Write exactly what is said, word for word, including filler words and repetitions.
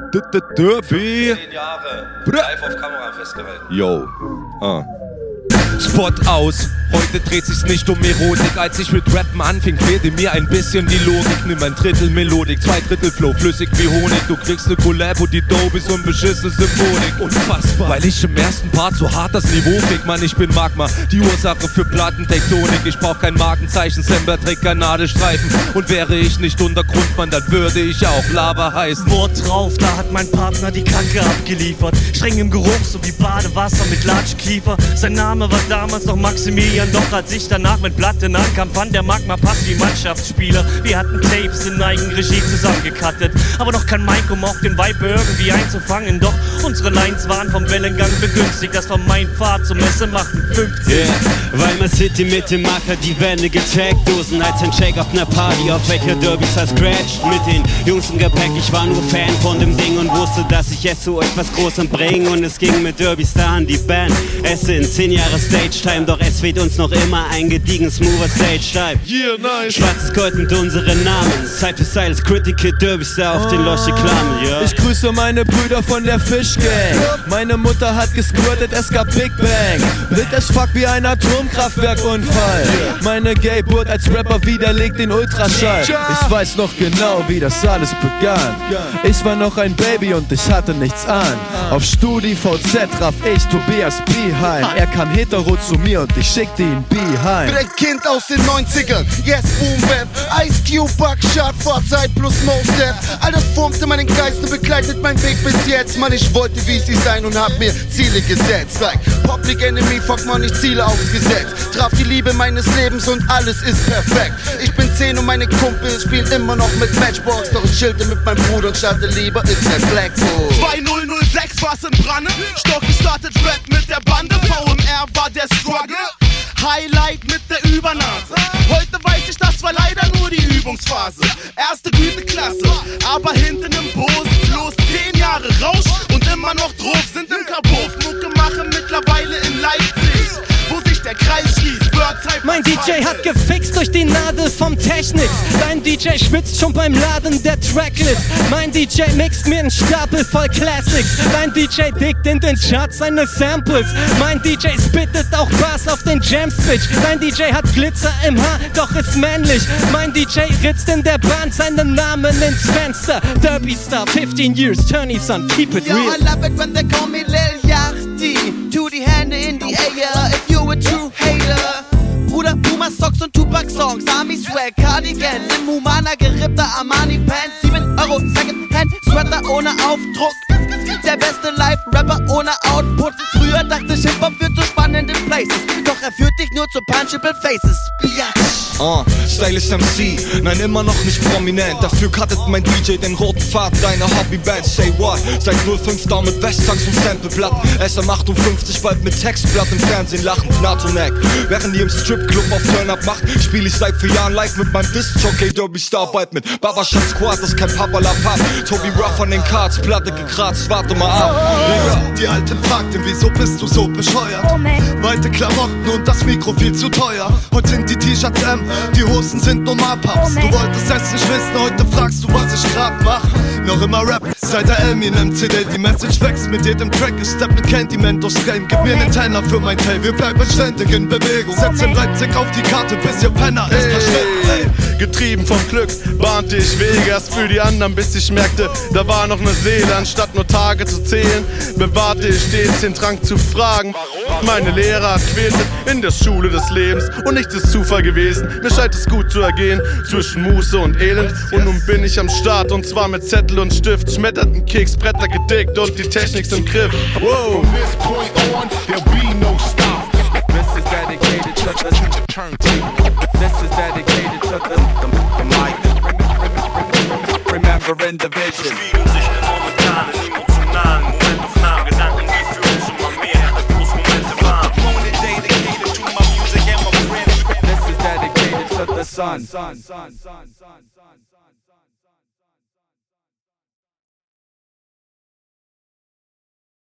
Derby. Zehn Jahre. Live auf Kamera festgehalten. Yo. Ah. Spot aus. Heute dreht sich's nicht um Erotik. Als ich mit Rappen anfing, fehlte mir ein bisschen die Logik. Nimm ein Drittel Melodik, zwei Drittel Flow, flüssig wie Honig. Du kriegst ne Collab und die Dope ist unbeschissene Symbolik. Unfassbar. Weil ich im ersten Part so hart das Niveau fick, Mann, ich bin Magma, die Ursache für Plattentektonik. Ich brauch kein Markenzeichen, Sampler trägt kein Nadelstreifen. Und wäre ich nicht Untergrundmann, dann würde ich auch Lava heißen. Wort drauf, da hat mein Partner die Kacke abgeliefert. Streng im Geruch, so wie Badewasser mit Latschkiefer. Sein Name war damals noch Maximilian, doch als ich danach mit Platten ankam, fand der Magma Pass wie Mannschaftsspieler. Wir hatten Tapes in Eigenregie zusammengekattet, aber noch kein Mic, um auch den Vibe irgendwie einzufangen. Doch unsere Lines waren vom Wellengang begünstigt, das war mein Pfad zur Messe machten fünfzig. Yeah, weil man City mit dem Marker die Wände getaggt, Dosen als ein Shake auf ner Party, auf welcher Derbys scratched. Mit den Jungs im Gepäck, ich war nur Fan von dem Ding und wusste, dass ich es zu euch was Großem bringe. Und es ging mit Derbys da an die Band. Es sind zehn Jahre Stage-Time, doch es fehlt uns noch immer ein gediegen smoother Stage-Time. Yeah, nice. Schwarzes Gold mit unseren Namen, Zeit für Silas, Critical, Derbys da auf den Loche Klammen, ja. Ich grüße meine Brüder von der Fish Gang. Meine Mutter hat gesquirtet, es gab Big Bang. Wild as fuck wie ein Atomkraftwerkunfall. Meine Geburt als Rapper widerlegt den Ultraschall. Ich weiß noch genau, wie das alles begann. Ich war noch ein Baby und ich hatte nichts an. Auf StudiVZ traf ich Tobias Beheim. Er kam hetero zu mir und ich schickte ihn Behind. Bin ein Kind aus den neunzigern, yes, Boom Bap. Ice Cube, Buckshot, Fahrzeit plus Mos Def. All das formte meinen Geist und begleitet meinen Weg bis jetzt. Mann, ich wollte wie sie sein und hab mir Ziele gesetzt. Like Public Enemy, fuck man, ich Ziele aufgesetzt. Traf die Liebe meines Lebens und alles ist perfekt. Ich bin zehn und meine Kumpel spielen immer noch mit Matchbox. Doch ich chillte mit meinem Bruder und starte lieber It's a Blackboard. zweitausendsechs war's in Branne, Stock gestartet, Rap mit der Bande. V M R war der Struggle, Highlight mit der Übernase. Heute weiß ich, das war leider nur die Übungsphase. Erste gute Klasse, aber hinten im Bus bloß zehn Jahre Rausch und immer noch drauf. Sind im Kabuff, Mucke machen mittlerweile in Leipzig, wo sich der Kreis schließt. Mein D J hat gefixt durch die Nadel vom Technics. Dein D J schwitzt schon beim Laden der Tracklist. Mein D J mixt mir einen Stapel voll Classics. Dein D J dickt in den Charts seine Samples. Mein D J spittet auch Bass auf den Jam-Switch. Dein D J hat Glitzer im Haar, doch ist männlich. Mein D J ritzt in der Bahn seinen Namen ins Fenster. Derby Star, fifteen years, Turney son, keep it real. Yo, I love it when they call me Lil Yachty. Tu die Hände in die Air, if you a true hater. Bruder, Puma Socks und Tupac Songs, Army Swag, Cardigan, im Humana gerippter Armani Pants, sieben Euro Secondhand, Sweater ohne Aufdruck. Der beste Live-Rapper ohne Output. Früher dachte ich, Hip-Hop führt zu spannenden Places, doch er führt dich nur zu punchable Faces. Biatch. Uh, Stylish M C, nein immer noch nicht prominent. Dafür cuttet mein D J den roten Faden deiner Hobbyband. Say what? Seit null fünf da mit Westtanks und Sampleplatten. S M achtundfünfzig bald mit Textblatt im Fernsehen lachen. NATO-Neck. Während ihr im Stripclub auf Turn-Up macht, spiel ich seit vier Jahren live mit meinem Disc-Jockey Derby Star. Bald mit Babascha Squad, das ist kein Papalapap. Tobi Ruff an den Cards, Platte gekratzt, warte mal ab. Digga, die Alten fragten, wieso bist du so bescheuert? Weite Klamotten und das Mikro viel zu teuer. Heute sind die T-Shirts M, die Hosen sind normal Paps. Du wolltest es nicht wissen, heute fragst du, was ich grad mach. Noch immer Rap, seit der Eminem C D. Die Message wächst mit jedem Track, ich step mit Candyman durchs Game. Gib mir einen Tenner für mein Tail, wir bleiben ständig in Bewegung. Setz in Leipzig auf die Karte, bis ihr Penner ist verschwunden. Getrieben vom Glück, bahnte ich Wege erst für die anderen, bis ich merkte, da war noch ne Seele. Anstatt nur Tage zu zählen, bewahrte ich stets den Drang zu fragen. Meine Lehrer quälten in der Schule des Lebens und nichts ist Zufall gewesen. Mir scheint es gut zu ergehen, zwischen Muße und Elend. Und nun bin ich am Start und zwar mit Zettel und Stift. Schmetterten Keks, Bretter gedickt und die Technik im Griff. Wow. From this point on, there'll be no stop. This is dedicated to the turntable. This is dedicated to the, the, the mic. Remembering the vision. This is dedicated to the sun.